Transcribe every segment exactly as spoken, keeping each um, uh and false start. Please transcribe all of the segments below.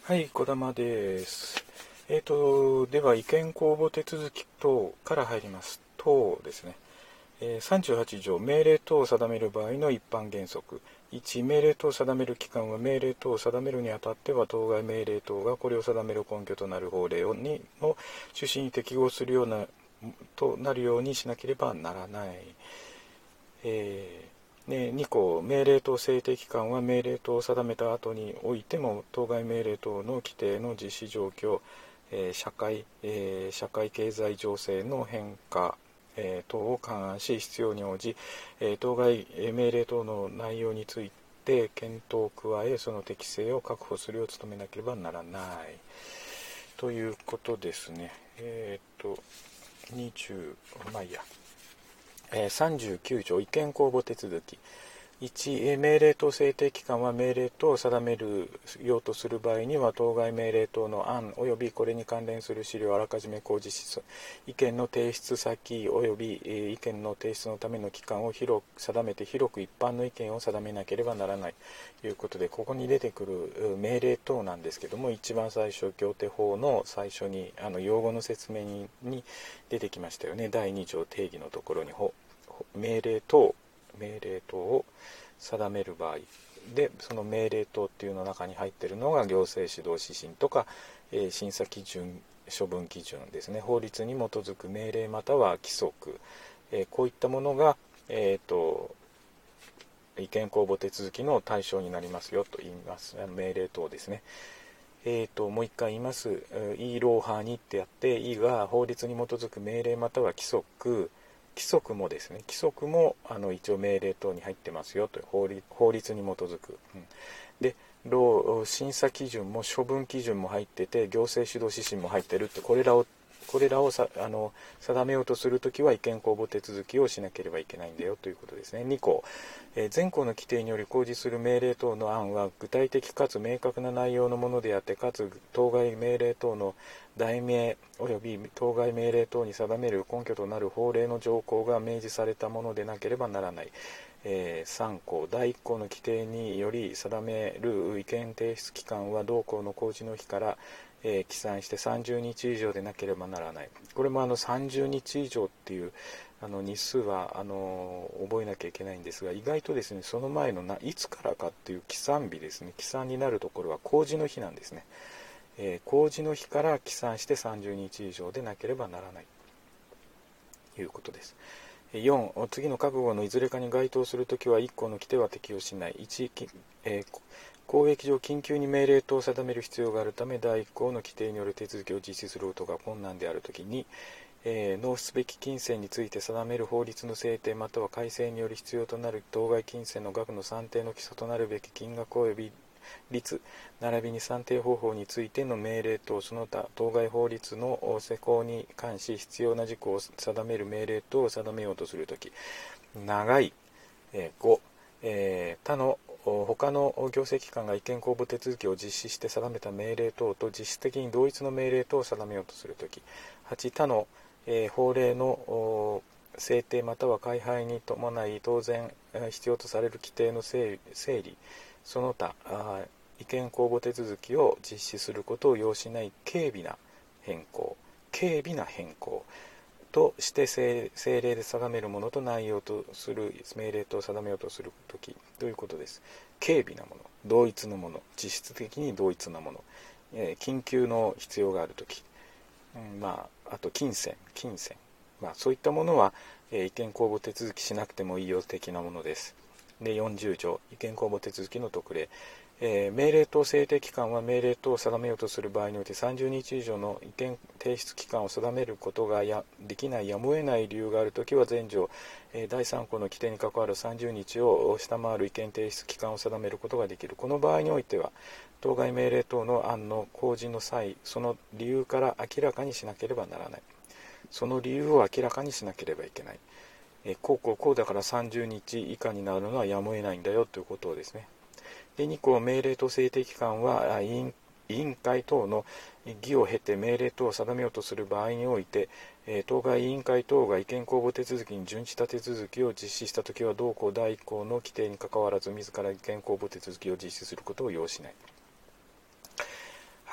はい、小玉です。えーと、では、意見公募手続き等から入ります。等ですね。えー、さんじゅうはち条、命令等を定める場合の一般原則。いち、命令等を定める期間は、命令等を定めるにあたっては、当該命令等がこれを定める根拠となる法令をにの趣旨に適合するような、となるようにしなければならない。えーね、に項、命令等制定期間は命令等を定めた後においても当該命令等の規定の実施状況、えー、社会、えー、社会経済情勢の変化、えー、等を勘案し必要に応じ、えー、当該命令等の内容について検討を加えその適正を確保するよう努めなければならないということですね。えっ、とにじゅうまあいいやさんじゅうきゅう条、意見公募手続き。いち、命令等制定期間は命令等を定めるようとする場合には当該命令等の案及びこれに関連する資料をあらかじめ公示し、意見の提出先及び意見の提出のための期間を広く定めて広く一般の意見を定めなければならないということで、ここに出てくる命令等なんですけども、一番最初行手法の最初にあの用語の説明にに出てきましたよね。だいに条定義のところに命令等命令等を定める場合で、その命令等っていうの中に入っているのが行政指導指針とか、えー、審査基準処分基準ですね。法律に基づく命令または規則、えー、こういったものが、えー、と意見公募手続きの対象になりますよと言います。命令等ですね。えー、ともう一回言います。イーローハーにってやって、イが法律に基づく命令または規則、規則もですね、規則もあの一応命令等に入ってますよという法律、法律に基づく、うん、で審査基準も処分基準も入ってて行政指導指針も入ってるって、これらをこれらをさあの定めようとするときは意見公募手続きをしなければいけないんだよということですね。に項、えー、前項の規定により公示する命令等の案は具体的かつ明確な内容のものであって、かつ当該命令等の題名及び当該命令等に定める根拠となる法令の条項が明示されたものでなければならない。えー、さん項、だいいっ項の規定により定める意見提出期間は同項の公示の日から、えー、起算してさんじゅうにち以上でなければならない。これもあのさんじゅうにち以上っていうあの日数はあの覚えなきゃいけないんですが、意外とですね、その前のないつからかっていう起算日ですね、起算になるところは公示の日なんですね。えー、公示の日から起算してさんじゅうにち以上でなければならないということです。よん、次の各号のいずれかに該当するときはいっ項の規定は適用しない。いち、えー、公益上緊急に命令等を定める必要があるためだいいっ項の規定による手続きを実施することが困難であるときに、えー、納付すべき金銭について定める法律の制定または改正により必要となる当該金銭の額の算定の基礎となるべき金額及び率並びに算定方法についての命令等その他当該法律の施行に関し必要な事項を定める命令等を定めようとするとき、長い、えー、ご、えー、他の他の行政機関が意見公募手続きを実施して定めた命令等と実質的に同一の命令等を定めようとするとき、はち、他の、えー、法令の制定または改廃に伴い当然必要とされる規定の整理その他意見公募手続きを実施することを要しない軽微な変更軽微な変更として政令で定めるものと内容とする命令と定めようとするときということです。軽微なもの、同一のもの、実質的に同一なもの、えー、緊急の必要があるとき、うん、まああと金銭金銭まあそういったものは、えー、意見公募手続きしなくてもいいよ的なものです。でよんじゅう条、意見公募手続きの特例、えー、命令等制定期間は命令等を定めようとする場合においてさんじゅうにち以上の意見提出期間を定めることがやできないやむを得ない理由があるときは前条、えー、だいさん項の規定に関わるさんじゅうにちを下回る意見提出期間を定めることができる。この場合においては当該命令等の案の公示の際その理由から明らかにしなければならない。その理由を明らかにしなければいけない。えー、こうこうこうだからさんじゅうにち以下になるのはやむを得ないんだよということをですね。でに項、命令と制定期間は委員委員会等の議を経て命令等を定めようとする場合において、えー、当該委員会等が意見公募手続きに準じた手続きを実施したときは同項だいいっ項の規定にかかわらず自ら意見公募手続きを実施することを要しない。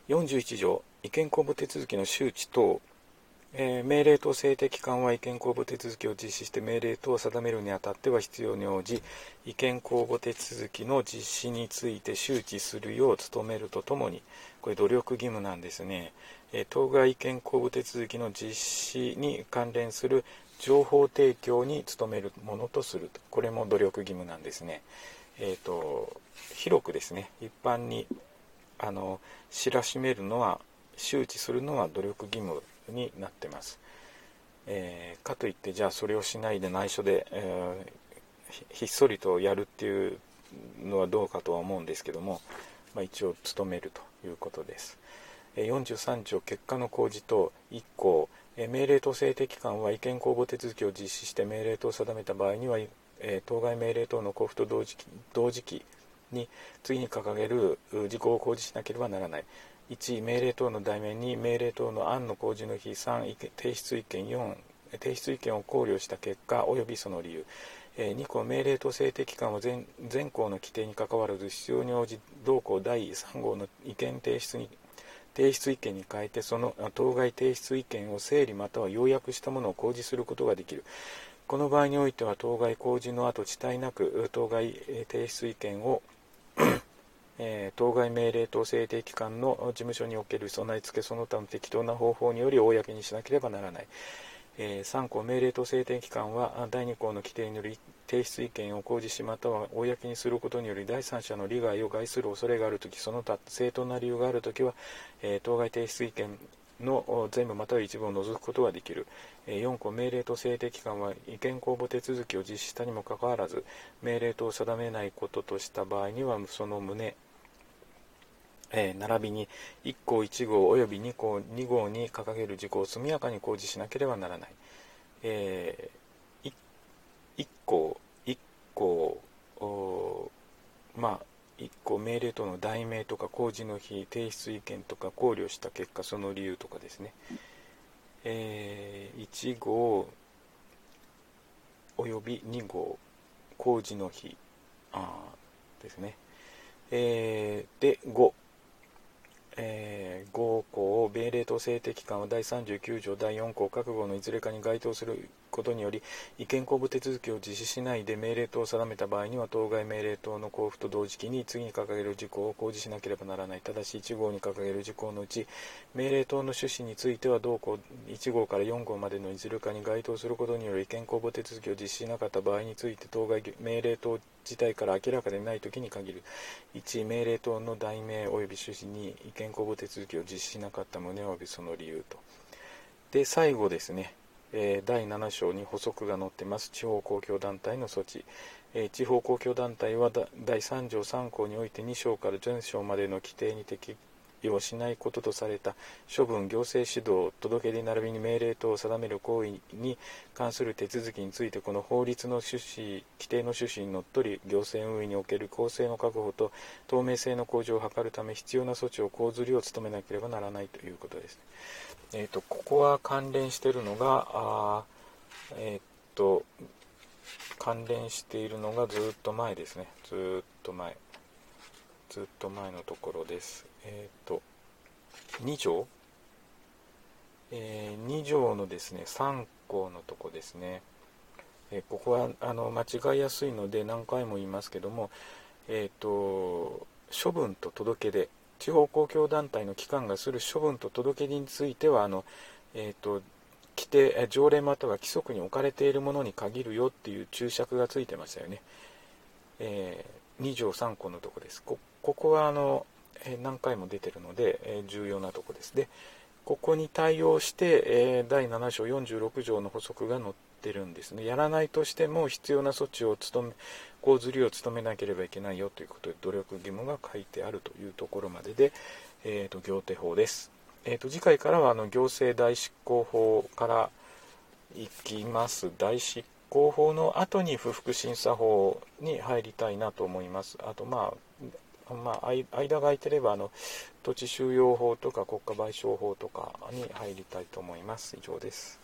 よんじゅういち条、違憲公募手続きの周知等、えー、命令等制定機関は違憲公募手続きを実施して命令等を定めるにあたっては必要に応じ、違憲公募手続きの実施について周知するよう努めるとともに、これ努力義務なんですね。えー、当該違憲公募手続きの実施に関連する情報提供に努めるものとすると。これも努力義務なんですね。えーと、広くですね、一般にあの知らしめるのは、周知するのは努力義務になってます。えー、かといってじゃあそれをしないで内緒で、えー、ひっそりとやるっていうのはどうかとは思うんですけども、まあ、一応努めるということです。よんじゅうさん条結果の公示等いっ項、命令等制定機関は違憲公募手続きを実施して命令等を定めた場合には、当該命令等の交付と同時期、同時期に次に掲げる事項を公示しなければならない。いち、命令等の題名に命令等の案の公示の日、さん、提出意見、よん、提出意見を考慮した結果及びその理由、に項、命令等制定機関は全全項の規定にかかわらず必要に応じ同項だいさん号の意見提出に提出意見に変えてその当該提出意見を整理または要約したものを公示することができる。この場合においては当該公示の後遅滞なく当該提出意見をえー、当該命令等制定機関の事務所における備え付けその他の適当な方法により公にしなければならない。えー、さん項、命令等制定機関はだいに項の規定により提出意見を公示しまたは公にすることにより第三者の利害を害する恐れがあるとき、その他正当な理由があるときは、えー、当該提出意見の全部または一部を除くことができる。よん項、命令等制定機関は違憲公募手続きを実施したにもかかわらず命令等を定めないこととした場合にはその旨、えー、並びにいっ項いち号およびに項に号に掲げる事項を速やかに公示しなければならない。えー、いっ項いっ項まあいっ項命令等の題名とか公示の日、提出意見とか考慮した結果その理由とかですね。えー、いち号およびに号公示の日あですね。えー、でごえー、ご項、命令等制定機関はだいさんじゅうきゅう条だいよん項各号のいずれかに該当することにより違憲公募手続きを実施しないで命令等を定めた場合には当該命令等の交付と同時期に次に掲げる事項を公示しなければならない。ただしいち号に掲げる事項のうち命令等の趣旨については同項いち号からよん号までのいずれかに該当することにより違憲公募手続きを実施しなかった場合について当該命令等自体から明らかでないときに限る。いち、命令等の題名及び趣旨に違憲公募手続きを実施しなかった旨及びその理由と。で、最後ですね、えー、だいなな章に補足が載ってます。地方公共団体の措置。えー、地方公共団体はだいさん条さん項においてに章からじゅん章までの規定に適用しないこととされた処分、行政指導、届け出並びに命令等を定める行為に関する手続きについてこの法律の趣旨、規定の趣旨にのっとり行政運営における公正の確保と透明性の向上を図るため必要な措置を講ずるよう努めなければならないということです。えーと、ここは関連しているのが、あえーと、関連しているのがずっと前ですね。ずっと前。ずっと前のところです。えっ、ー、と、に条、えー、に条のですね、さん項のとこですね。えー、ここはあの間違いやすいので何回も言いますけども、えっ、ー、と、処分と届け出、地方公共団体の機関がする処分と届け出については、あの、えっ、ー、と、規定、条例または規則に置かれているものに限るよっていう注釈がついてましたよね。えー、に条さん項のとこです。こ、ここはあの、えー、何回も出てるので、えー、重要なとこです。で、ここに対応して、えー、だいなな章よんじゅうろく条の補足が載ってるんですね。やらないとしても必要な措置を務め、講ずるを務めなければいけないよということで、努力義務が書いてあるというところまでで、えー、と行手法です。えー、と次回からはあの行政代執行法からいきます。代執行法の後に不服審査法に入りたいなと思います。あとまあ、まあ、間が空いてればあの土地収用法とか国家賠償法とかに入りたいと思います。以上です。